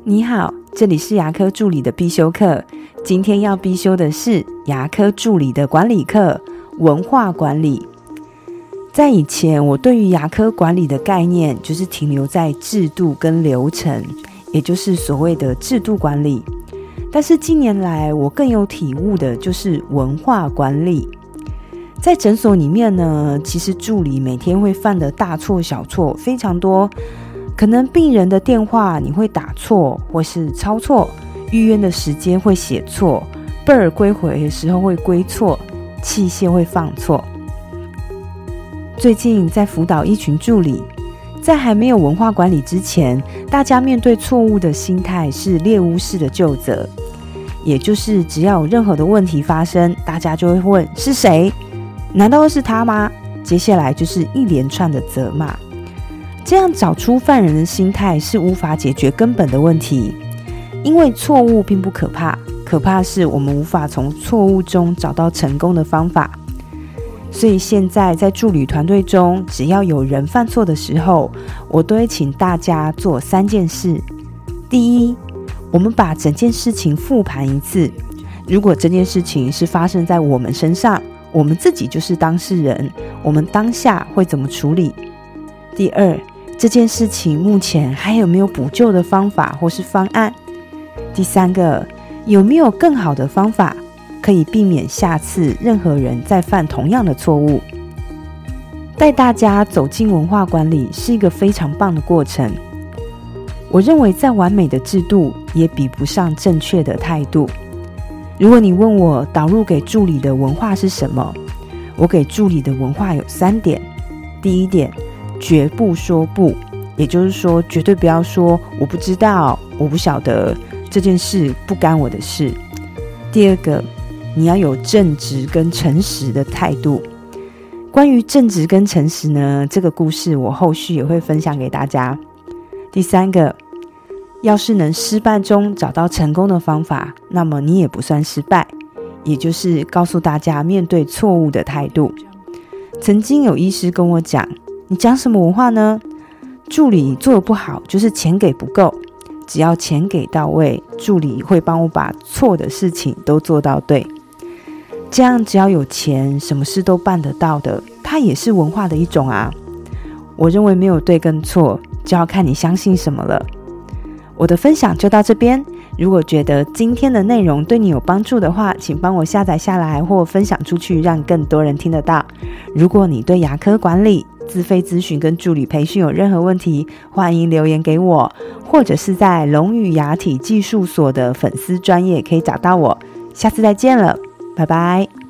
你好，这里是牙科助理的必修课。今天要必修的是牙科助理的管理课，文化管理。在以前，我对于牙科管理的概念就是停留在制度跟流程，也就是所谓的制度管理。但是近年来，我更有体悟的就是文化管理。在诊所里面呢，其实助理每天会犯的大错小错非常多。可能病人的电话你会打错或是抄错，预约的时间会写错，贝尔归回的时候会归错，器械会放错。最近在辅导一群助理，在还没有文化管理之前，大家面对错误的心态是猎巫式的究责，也就是只要有任何的问题发生，大家就会问是谁？难道是他吗？接下来就是一连串的责骂。这样找出犯人的心态是无法解决根本的问题，因为错误并不可怕，可怕是我们无法从错误中找到成功的方法。所以现在在助理团队中，只要有人犯错的时候，我都会请大家做3件事。第一，我们把整件事情复盘一次，如果这件事情是发生在我们身上，我们自己就是当事人，我们当下会怎么处理？第二，这件事情目前还有没有补救的方法或是方案？第三个，有没有更好的方法可以避免下次任何人再犯同样的错误？带大家走进文化管理是一个非常棒的过程。我认为再完美的制度也比不上正确的态度。如果你问我导入给助理的文化是什么，我给助理的文化有3点。第一点，绝不说不，也就是说绝对不要说我不知道，我不晓得，这件事不干我的事。第二个，你要有正直跟诚实的态度。关于正直跟诚实呢，这个故事我后续也会分享给大家。第三个，要是能失败中找到成功的方法，那么你也不算失败，也就是告诉大家面对错误的态度。曾经有医师跟我讲，你讲什么文化呢？助理做得不好就是钱给不够，只要钱给到位，助理会帮我把错的事情都做到对。这样只要有钱，什么事都办得到的，它也是文化的一种啊。我认为没有对跟错，就要看你相信什么了。我的分享就到这边，如果觉得今天的内容对你有帮助的话，请帮我下载下来或分享出去，让更多人听得到。如果你对牙科管理、自费咨询跟助理培训有任何问题，欢迎留言给我，或者是在龙语牙体技术所的粉丝专页可以找到我。下次再见了，拜拜。